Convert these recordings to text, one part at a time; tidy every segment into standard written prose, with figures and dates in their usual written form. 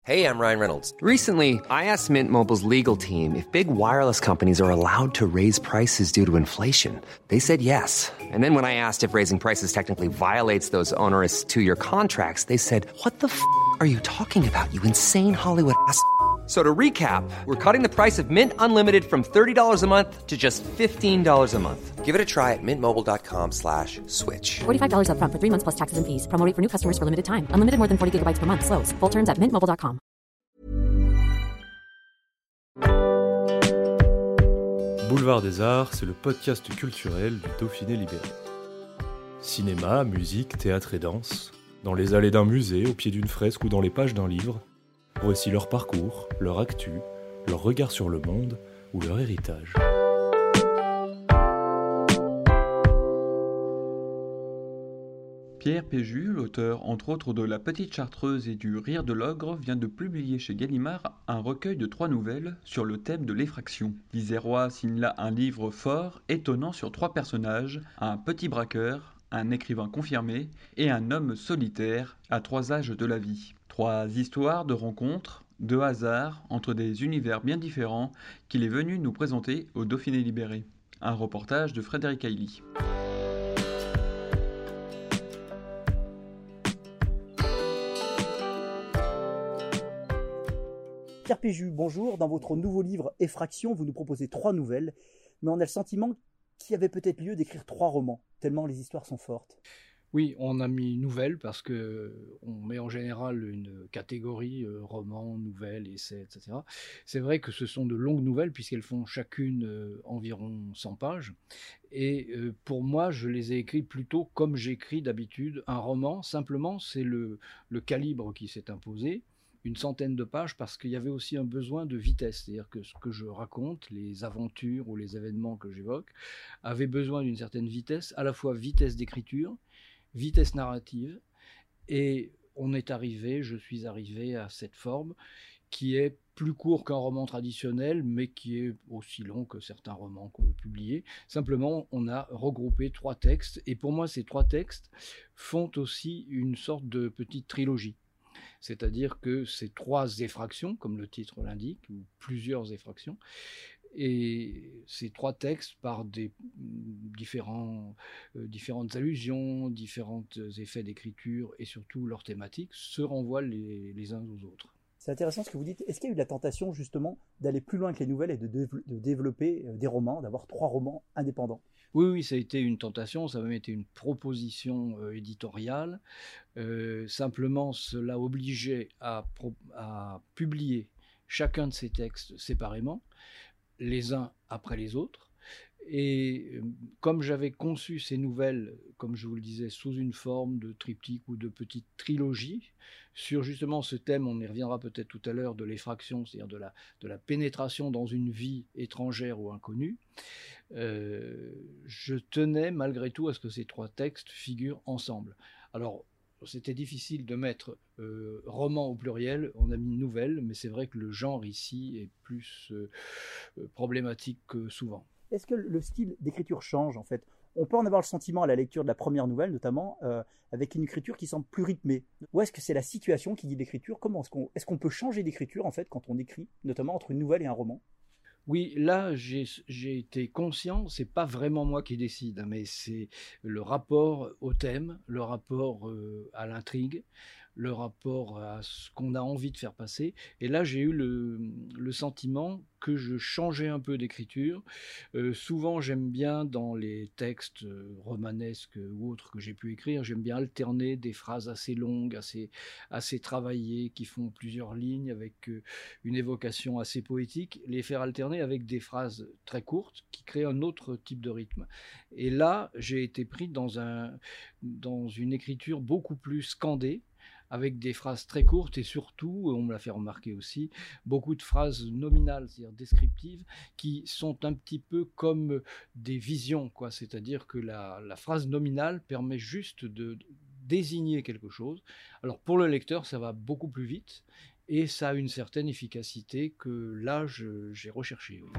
Hey, I'm Ryan Reynolds. Recently, I asked Mint Mobile's legal team if big wireless companies are allowed to raise prices due to inflation. They said yes. And then when I asked if raising prices technically violates those onerous two-year contracts, they said, "What the f*** are you talking about, you insane Hollywood ass?" So to recap, we're cutting the price of Mint Unlimited from $30 a month to just $15 a month. Give it a try at mintmobile.com/switch. $45 up front for 3 months plus taxes and fees. Promo rate for new customers for limited time. Unlimited more than 40 gigabytes per month. Slows full terms at mintmobile.com. Boulevard des Arts, c'est le podcast culturel du Dauphiné libéré. Cinéma, musique, théâtre et danse, dans les allées d'un musée, au pied d'une fresque ou dans les pages d'un livre, voici leur parcours, leur actu, leur regard sur le monde ou leur héritage. Pierre Péju, l'auteur entre autres de La Petite Chartreuse et du Rire de l'Ogre, vient de publier chez Gallimard un recueil de 3 nouvelles sur le thème de l'effraction. L'Isérois signe là un livre fort, étonnant sur 3 personnages, un petit braqueur, un écrivain confirmé et un homme solitaire à 3 âges de la vie. 3 histoires de rencontres, de hasard, entre des univers bien différents qu'il est venu nous présenter au Dauphiné libéré. Un reportage de Frédéric Hailly. Pierre Péju, bonjour. Dans votre nouveau livre Effraction, vous nous proposez 3 nouvelles, mais on a le sentiment qu'il y avait peut-être lieu d'écrire 3 romans, tellement les histoires sont fortes. Oui, on a mis nouvelles parce que on met en général une catégorie roman, nouvelles, essais, etc. C'est vrai que ce sont de longues nouvelles puisqu'elles font chacune environ 100 pages. Et pour moi, je les ai écrites plutôt comme j'écris d'habitude un roman. Simplement, c'est le calibre qui s'est imposé. Une centaine de pages parce qu'il y avait aussi un besoin de vitesse, c'est-à-dire que ce que je raconte, les aventures ou les événements que j'évoque, avaient besoin d'une certaine vitesse, à la fois vitesse d'écriture, vitesse narrative, et je suis arrivé à cette forme qui est plus court qu'un roman traditionnel, mais qui est aussi long que certains romans qu'on veut publier. Simplement, on a regroupé 3 textes, et pour moi, ces 3 textes font aussi une sorte de petite trilogie. C'est-à-dire que c'est 3 effractions, comme le titre l'indique, ou plusieurs effractions, et ces 3 textes, par des différentes allusions, différents effets d'écriture, et surtout leurs thématiques, se renvoient les uns aux autres. C'est intéressant ce que vous dites. Est-ce qu'il y a eu la tentation justement d'aller plus loin que les nouvelles et de développer des romans, d'avoir 3 romans indépendants ? Oui, ça a été une tentation, ça a même été une proposition éditoriale. Simplement, cela obligeait à publier chacun de ces textes séparément, les uns après les autres. Et comme j'avais conçu ces nouvelles, comme je vous le disais, sous une forme de triptyque ou de petite trilogie, sur justement ce thème, on y reviendra peut-être tout à l'heure, de l'effraction, c'est-à-dire de la pénétration dans une vie étrangère ou inconnue, je tenais malgré tout à ce que ces 3 textes figurent ensemble. Alors, c'était difficile de mettre roman au pluriel, on a mis nouvelle, mais c'est vrai que le genre ici est plus problématique que souvent. Est-ce que le style d'écriture change en fait ? On peut en avoir le sentiment à la lecture de la première nouvelle, notamment avec une écriture qui semble plus rythmée. Ou est-ce que c'est la situation qui guide l'écriture ? Comment est-ce qu'on peut changer d'écriture en fait quand on écrit, notamment entre une nouvelle et un roman ? Oui, là, j'ai été conscient, c'est pas vraiment moi qui décide, mais c'est le rapport au thème, le rapport à l'intrigue, le rapport à ce qu'on a envie de faire passer. Et là, j'ai eu le sentiment que je changeais un peu d'écriture. Souvent, j'aime bien, dans les textes romanesques ou autres que j'ai pu écrire, j'aime bien alterner des phrases assez longues, assez travaillées, qui font plusieurs lignes, avec une évocation assez poétique, les faire alterner avec des phrases très courtes, qui créent un autre type de rythme. Et là, j'ai été pris dans une écriture beaucoup plus scandée, avec des phrases très courtes et surtout, on me l'a fait remarquer aussi, beaucoup de phrases nominales, c'est-à-dire descriptives, qui sont un petit peu comme des visions, quoi. C'est-à-dire que la phrase nominale permet juste de désigner quelque chose. Alors pour le lecteur, ça va beaucoup plus vite et ça a une certaine efficacité que là, j'ai recherché. Oui.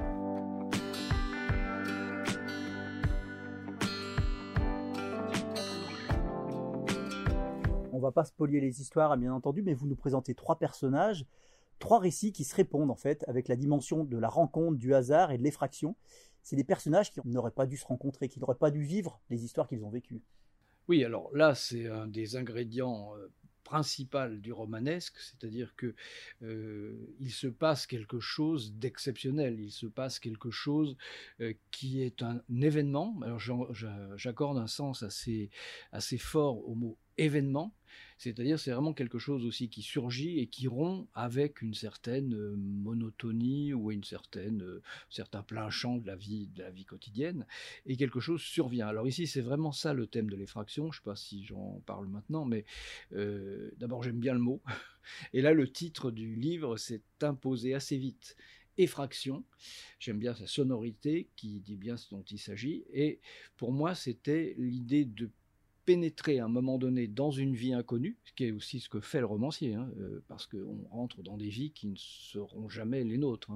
On va pas spolier les histoires, bien entendu, mais vous nous présentez 3 personnages, 3 récits qui se répondent en fait, avec la dimension de la rencontre, du hasard et de l'effraction. C'est des personnages qui n'auraient pas dû se rencontrer, qui n'auraient pas dû vivre les histoires qu'ils ont vécues. Oui, alors là, c'est un des ingrédients principal du romanesque, c'est-à-dire que il se passe quelque chose d'exceptionnel, il se passe quelque chose qui est un événement. Alors j'accorde un sens assez fort au mot événement, c'est-à-dire c'est vraiment quelque chose aussi qui surgit et qui rompt avec une certaine monotonie ou certain plein champ de la vie quotidienne, et quelque chose survient. Alors ici c'est vraiment ça le thème de l'effraction. Je ne sais pas si j'en parle maintenant, mais d'abord j'aime bien le mot, et là le titre du livre s'est imposé assez vite. Effraction, j'aime bien sa sonorité qui dit bien ce dont il s'agit, et pour moi c'était l'idée de pénétrer à un moment donné dans une vie inconnue, ce qui est aussi ce que fait le romancier, parce qu'on rentre dans des vies qui ne seront jamais les nôtres,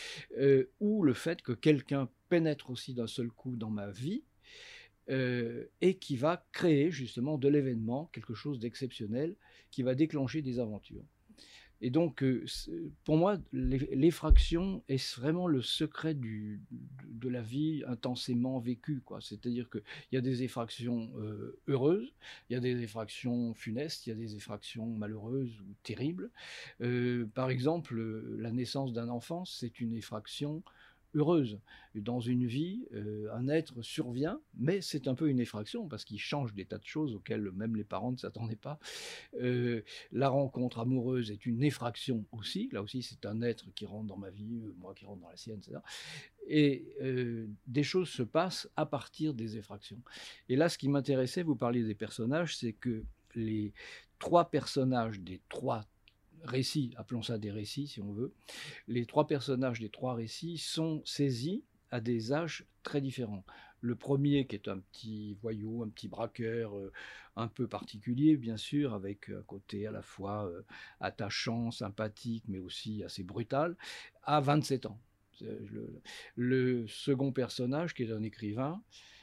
ou le fait que quelqu'un pénètre aussi d'un seul coup dans ma vie, et qui va créer justement de l'événement, quelque chose d'exceptionnel, qui va déclencher des aventures. Et donc, pour moi, l'effraction est vraiment le secret de la vie intensément vécue, quoi. C'est-à-dire qu'il y a des effractions heureuses, il y a des effractions funestes, il y a des effractions malheureuses ou terribles. Par exemple, la naissance d'un enfant, c'est une effraction heureuse. Dans une vie, un être survient, mais c'est un peu une effraction parce qu'il change des tas de choses auxquelles même les parents ne s'attendaient pas. La rencontre amoureuse est une effraction aussi. Là aussi, c'est un être qui rentre dans ma vie, moi qui rentre dans la sienne, etc. Et des choses se passent à partir des effractions. Et là, ce qui m'intéressait, vous parliez des personnages, c'est que les 3 personnages des 3 récits, appelons ça des récits si on veut, les 3 personnages des 3 récits sont saisis à des âges très différents. Le premier qui est un petit voyou, un petit braqueur un peu particulier bien sûr, avec un côté à la fois attachant, sympathique, mais aussi assez brutal, a 27 ans. Le second personnage qui est un écrivain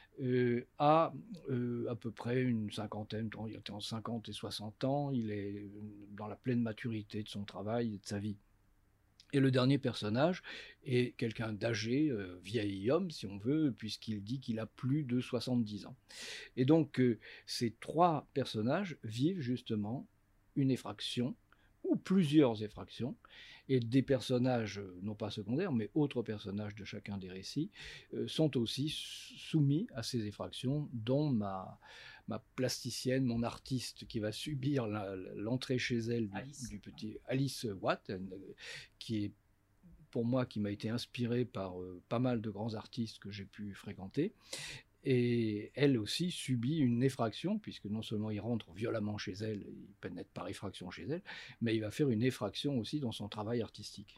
a à peu près une cinquantaine, il était entre 50 et 60 ans, il est dans la pleine maturité de son travail et de sa vie. Et le dernier personnage est quelqu'un d'âgé, vieil homme si on veut, puisqu'il dit qu'il a plus de 70 ans. Et donc ces 3 personnages vivent justement une effraction, ou plusieurs effractions, et des personnages, non pas secondaires, mais autres personnages de chacun des récits, sont aussi soumis à ces effractions, dont ma plasticienne, mon artiste qui va subir l'entrée chez elle du petit Alice Watt, qui est pour moi, qui m'a été inspiré par pas mal de grands artistes que j'ai pu fréquenter. Et elle aussi subit une effraction, puisque non seulement il rentre violemment chez elle, il pénètre par effraction chez elle, mais il va faire une effraction aussi dans son travail artistique.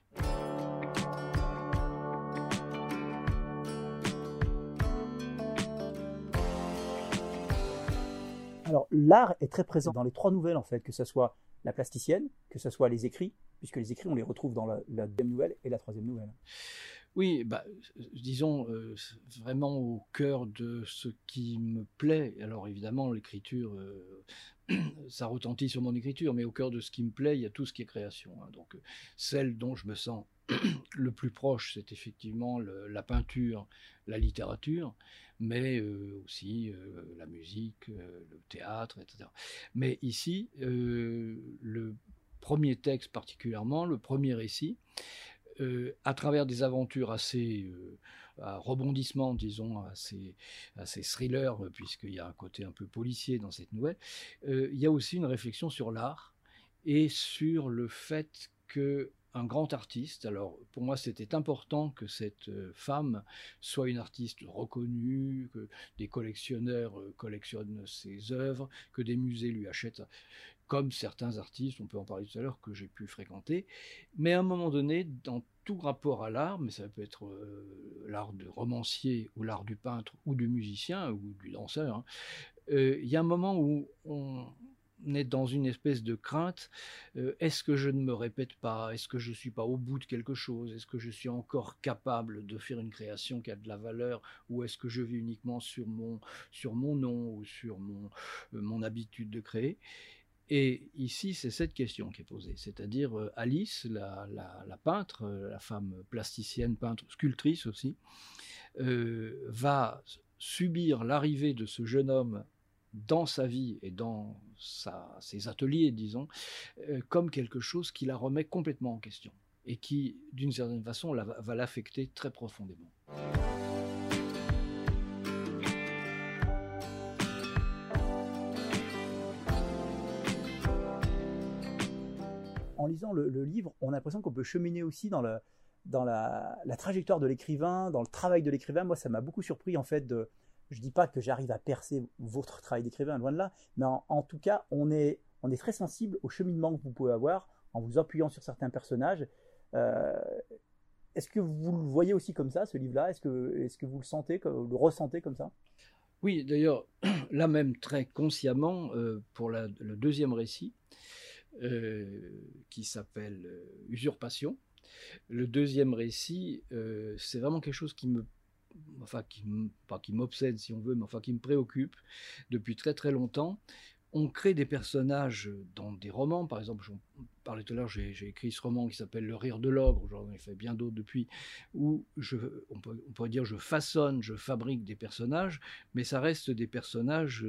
Alors, l'art est très présent dans les 3 nouvelles, en fait, que ce soit la plasticienne, que ce soit les écrits, puisque les écrits, on les retrouve dans la 2e nouvelle et la 3e nouvelle. Oui, disons vraiment au cœur de ce qui me plaît. Alors évidemment, l'écriture, ça retentit sur mon écriture, mais au cœur de ce qui me plaît, il y a tout ce qui est création. Donc celle dont je me sens le plus proche, c'est effectivement la peinture, la littérature, mais aussi la musique, le théâtre, etc. Mais ici, le premier texte particulièrement, le premier récit, à travers des aventures assez à rebondissement, disons, assez thriller, puisqu'il y a un côté un peu policier dans cette nouvelle, il y a aussi une réflexion sur l'art et sur le fait qu'un grand artiste, alors pour moi c'était important que cette femme soit une artiste reconnue, que des collectionneurs collectionnent ses œuvres, que des musées lui achètent, comme certains artistes, on peut en parler tout à l'heure, que j'ai pu fréquenter. Mais à un moment donné, dans tout rapport à l'art, mais ça peut être l'art du romancier ou l'art du peintre ou du musicien ou du danseur, il y a un moment où on est dans une espèce de crainte. Est-ce que je ne me répète pas? Est-ce que je ne suis pas au bout de quelque chose? Est-ce que je suis encore capable de faire une création qui a de la valeur? Ou est-ce que je vis uniquement sur mon nom ou sur mon habitude de créer? Et ici, c'est cette question qui est posée, c'est-à-dire Alice, la peintre, la femme plasticienne, peintre, sculptrice aussi, va subir l'arrivée de ce jeune homme dans sa vie et dans ses ateliers, disons, comme quelque chose qui la remet complètement en question et qui, d'une certaine façon, va l'affecter très profondément. En lisant le livre, on a l'impression qu'on peut cheminer aussi dans la trajectoire de l'écrivain, dans le travail de l'écrivain. Moi, ça m'a beaucoup surpris, en fait. Je ne dis pas que j'arrive à percer votre travail d'écrivain, loin de là, mais en tout cas, on est très sensible au cheminement que vous pouvez avoir en vous appuyant sur certains personnages. Est-ce que vous le voyez aussi comme ça, ce livre-là? Est-ce que vous le sentez, le ressentez comme ça? Oui, d'ailleurs, là même très consciemment, pour le deuxième récit, qui s'appelle Usurpation. Le deuxième récit, c'est vraiment quelque chose qui m'obsède si on veut, mais qui me préoccupe depuis très très longtemps. On crée des personnages dans des romans, par exemple, j'en parlais tout à l'heure, j'ai écrit ce roman qui s'appelle Le Rire de l'Ogre, j'en ai fait bien d'autres depuis, où on pourrait dire je façonne, je fabrique des personnages, mais ça reste des personnages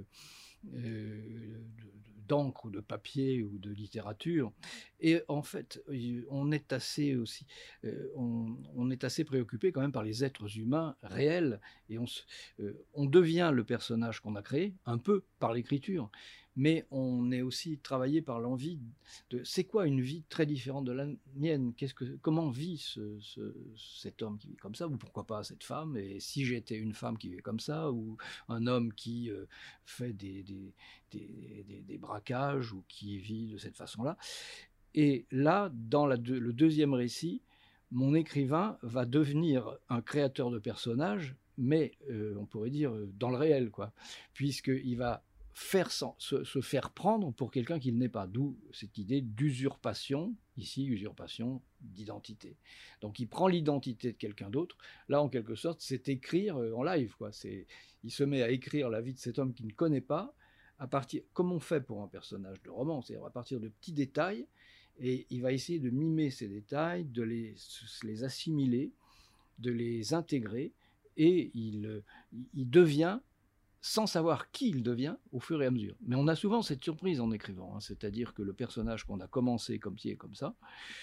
d'encre ou de papier ou de littérature. Et en fait, on est assez préoccupé quand même par les êtres humains réels, et on devient le personnage qu'on a créé, un peu par l'écriture, mais on est aussi travaillé par l'envie de c'est quoi une vie très différente de la mienne, comment vit cet homme qui vit comme ça, ou pourquoi pas cette femme, et si j'étais une femme qui vit comme ça, ou un homme qui fait des braquages ou qui vit de cette façon-là. Et là, dans le deuxième récit, mon écrivain va devenir un créateur de personnages, mais on pourrait dire dans le réel, quoi, puisqu'il va se faire prendre pour quelqu'un qu'il n'est pas, d'où cette idée d'usurpation, ici usurpation d'identité. Donc il prend l'identité de quelqu'un d'autre, là en quelque sorte c'est écrire en live, quoi. Il se met à écrire la vie de cet homme qu'il ne connaît pas, comme on fait pour un personnage de roman, c'est-à-dire à partir de petits détails, et il va essayer de mimer ces détails, de les assimiler, de les intégrer, et il devient, sans savoir qui il devient, au fur et à mesure. Mais on a souvent cette surprise en écrivant, c'est-à-dire que le personnage qu'on a commencé comme ci et comme ça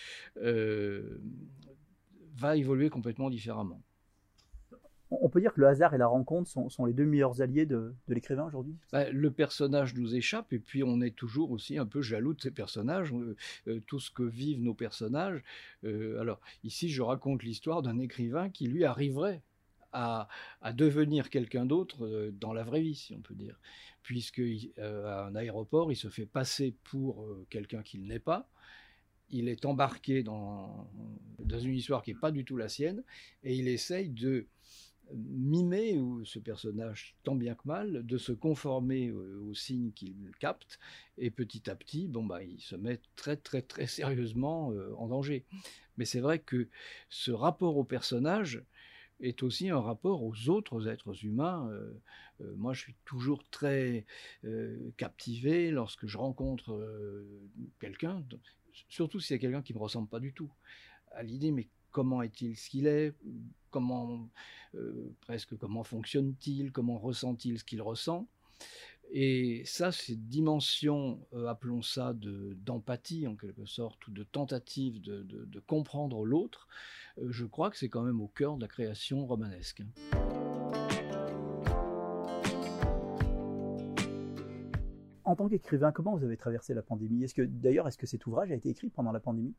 va évoluer complètement différemment. On peut dire que le hasard et la rencontre sont les deux meilleurs alliés de l'écrivain aujourd'hui? Le personnage nous échappe, et puis on est toujours aussi un peu jaloux de ces personnages, tout ce que vivent nos personnages. Alors ici, je raconte l'histoire d'un écrivain qui lui arriverait à devenir quelqu'un d'autre dans la vraie vie, si on peut dire. Puisqu'à un aéroport, il se fait passer pour quelqu'un qu'il n'est pas. Il est embarqué dans une histoire qui n'est pas du tout la sienne, et il essaye de mimer, ou ce personnage tant bien que mal, de se conformer aux signes qu'il capte, et petit à petit, il se met très très très sérieusement en danger. Mais c'est vrai que ce rapport au personnage est aussi un rapport aux autres êtres humains. Moi, je suis toujours très captivé lorsque je rencontre quelqu'un, surtout si c'est quelqu'un qui ne me ressemble pas du tout, à l'idée, mais comment est-il ce qu'il est, comment fonctionne-t-il, comment ressent-il ce qu'il ressent. Et ça, cette dimension, appelons ça d'empathie en quelque sorte, ou de tentative de comprendre l'autre, je crois que c'est quand même au cœur de la création romanesque. En tant qu'écrivain, comment vous avez traversé la pandémie? Est-ce que cet ouvrage a été écrit pendant la pandémie?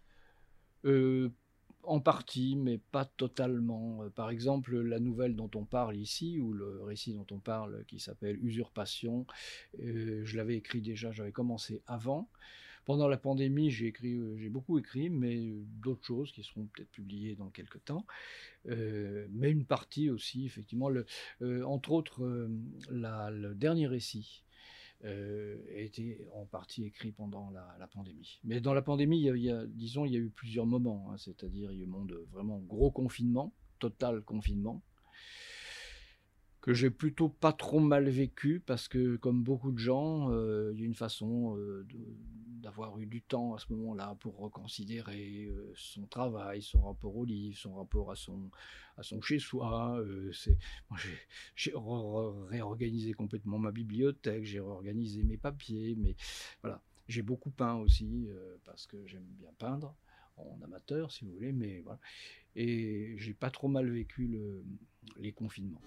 En partie, mais pas totalement. Par exemple, la nouvelle dont on parle ici, ou le récit dont on parle, qui s'appelle Usurpation, je l'avais écrit déjà, j'avais commencé avant. Pendant la pandémie, j'ai beaucoup écrit, mais d'autres choses qui seront peut-être publiées dans quelques temps. Mais une partie aussi, effectivement. Entre autres, le dernier récit a été en partie écrit pendant la pandémie. Mais dans la pandémie, il y a eu plusieurs moments, c'est-à-dire il y a eu un moment de vraiment gros confinement, total confinement, que j'ai plutôt pas trop mal vécu parce que, comme beaucoup de gens, il y a une façon d'avoir eu du temps à ce moment-là pour reconsidérer son travail, son rapport au livre, son rapport à son chez-soi. Moi, j'ai réorganisé complètement ma bibliothèque, j'ai réorganisé mes papiers, mais voilà. J'ai beaucoup peint aussi parce que j'aime bien peindre en amateur, si vous voulez, mais voilà. Et j'ai pas trop mal vécu les confinements.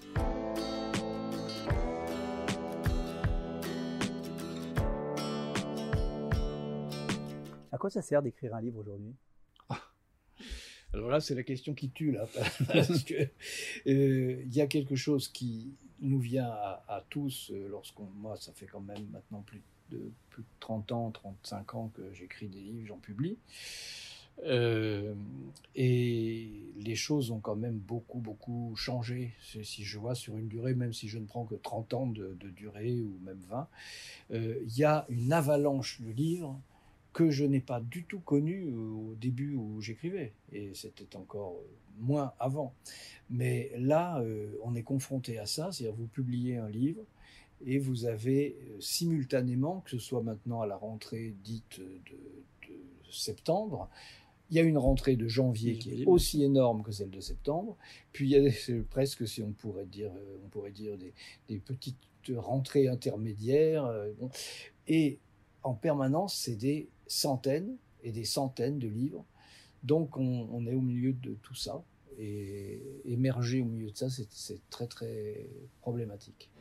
À quoi ça sert d'écrire un livre aujourd'hui? Alors là, c'est la question qui tue, là, parce que y a quelque chose qui nous vient à tous, moi, ça fait quand même maintenant plus de 30 ans, 35 ans que j'écris des livres, j'en publie. Et les choses ont quand même beaucoup changé. Si je vois sur une durée, même si je ne prends que 30 ans de durée, ou même 20, il y a une avalanche de livres que je n'ai pas du tout connu au début où j'écrivais, et c'était encore moins avant. Mais là, on est confronté à ça, c'est-à-dire vous publiez un livre, et vous avez simultanément, que ce soit maintenant à la rentrée dite de septembre, il y a une rentrée de janvier qui est aussi énorme que celle de septembre, puis il y a presque, si on pourrait dire des petites rentrées intermédiaires, et en permanence, c'est des centaines et des centaines de livres. Donc on est au milieu de tout ça, et émerger au milieu de ça, c'est très très problématique.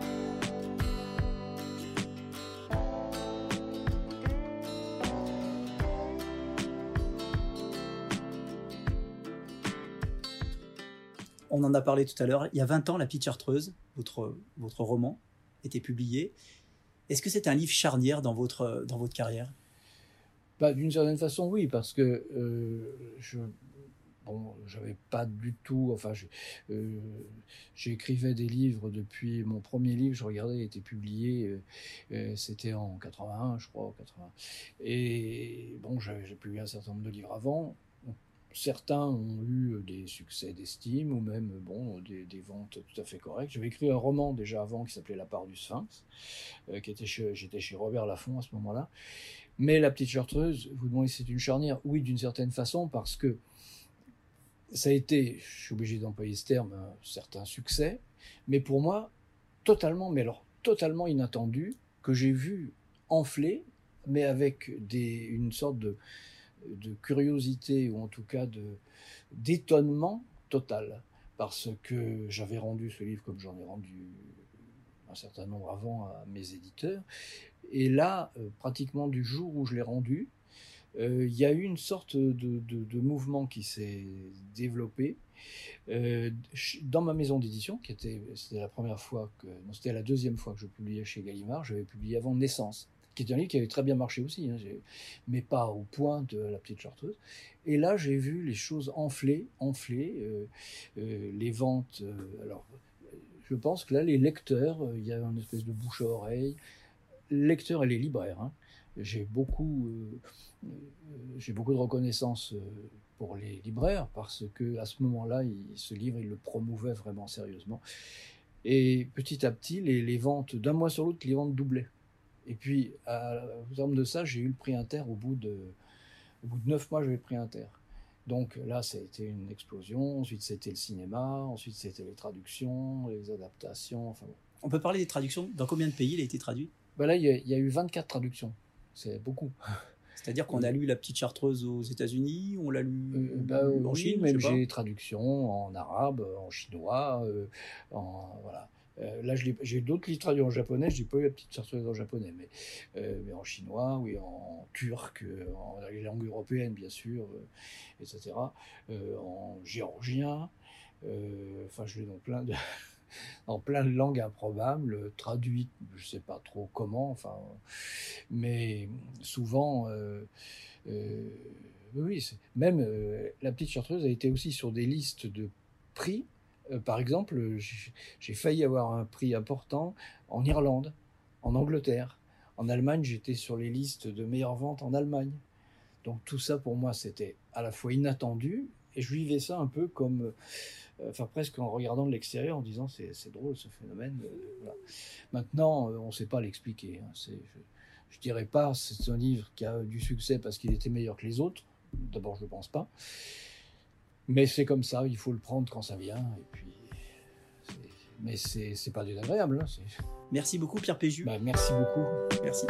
On en a parlé tout à l'heure. Il y a 20 ans, La Petite Chartreuse, votre roman, était publié. Est-ce que c'est un livre charnière dans votre carrière? D'une certaine façon, oui, parce que j'avais pas du tout... Enfin, j'écrivais des livres depuis... Mon premier livre, je regardais, était publié, c'était en 81, je crois, 80. Et bon, j'ai publié un certain nombre de livres avant. Certains ont eu des succès d'estime, ou même des ventes tout à fait correctes. J'avais écrit un roman déjà avant qui s'appelait La part du Sphinx, j'étais chez Robert Laffont à ce moment-là. Mais La Petite Chartreuse, vous demandez si c'est une charnière? Oui, d'une certaine façon, parce que ça a été, je suis obligé d'employer ce terme, un certain succès, mais pour moi, totalement inattendu, que j'ai vu enfler, mais avec une sorte de curiosité, ou en tout cas d'étonnement total, parce que j'avais rendu ce livre comme j'en ai rendu un certain nombre avant à mes éditeurs, et là, pratiquement du jour où je l'ai rendu, il y a eu une sorte de mouvement qui s'est développé dans ma maison d'édition, c'était la deuxième fois que je publiais chez Gallimard. J'avais publié avant Naissance, qui est un livre qui avait très bien marché aussi, mais pas au point de La Petite Chartreuse. Et là, j'ai vu les choses enfler, les ventes. Alors, je pense que là, les lecteurs, il y a une espèce de bouche à oreille. Les lecteurs et les libraires, j'ai beaucoup de reconnaissance pour les libraires, parce que à ce moment-là, ce livre, ils le promouvaient vraiment sérieusement. Et petit à petit, les ventes, d'un mois sur l'autre, les ventes doublaient. Et puis, au terme de ça, j'ai eu le prix Inter au bout de 9 mois, j'avais le prix Inter. Donc là, ça a été une explosion. Ensuite, c'était le cinéma. Ensuite, c'était les traductions, les adaptations. Enfin, bon. On peut parler des traductions. Dans combien de pays il a été traduit? Là, il y a eu 24 traductions. C'est beaucoup. C'est-à-dire qu'on a lu La Petite Chartreuse aux États-Unis, on l'a lu en Chine, même j'ai des traductions en arabe, en chinois, voilà. Là, j'ai d'autres livres traduits en japonais. Je n'ai pas eu La Petite Chartreuse en japonais, mais en chinois, oui, en turc, en les langues européennes, bien sûr, etc. En géorgien. Enfin, je l'ai dans plein de langues improbables, traduites, je ne sais pas trop comment. Enfin, mais souvent, oui, même La Petite Chartreuse a été aussi sur des listes de prix. Par exemple, j'ai failli avoir un prix important en Irlande, en Angleterre. En Allemagne, j'étais sur les listes de meilleures ventes en Allemagne. Donc tout ça, pour moi, c'était à la fois inattendu Et je vivais ça un peu comme, presque en regardant de l'extérieur, en disant c'est drôle ce phénomène. Voilà. Maintenant, on ne sait pas l'expliquer. Hein. Je dirais pas c'est un livre qui a du succès parce qu'il était meilleur que les autres. D'abord, je ne pense pas. Mais c'est comme ça, il faut le prendre quand ça vient. Et puis, mais c'est pas désagréable. Hein, Merci beaucoup Pierre Péju. Merci beaucoup. Merci.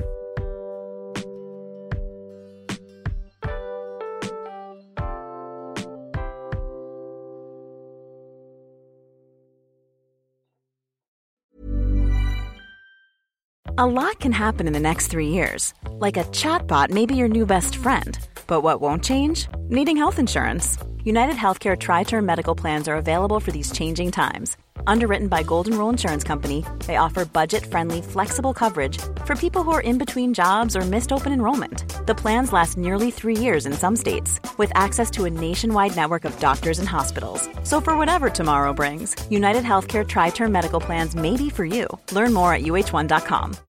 A lot can happen in the next 3 years. Like a chatbot may be your new best friend. But what won't change? Needing health insurance. United Healthcare Tri-Term Medical Plans are available for these changing times. Underwritten by Golden Rule Insurance Company, they offer budget-friendly, flexible coverage for people who are in between jobs or missed open enrollment. The plans last nearly 3 years in some states, with access to a nationwide network of doctors and hospitals. So for whatever tomorrow brings, United Healthcare Tri-Term Medical Plans may be for you. Learn more at uh1.com.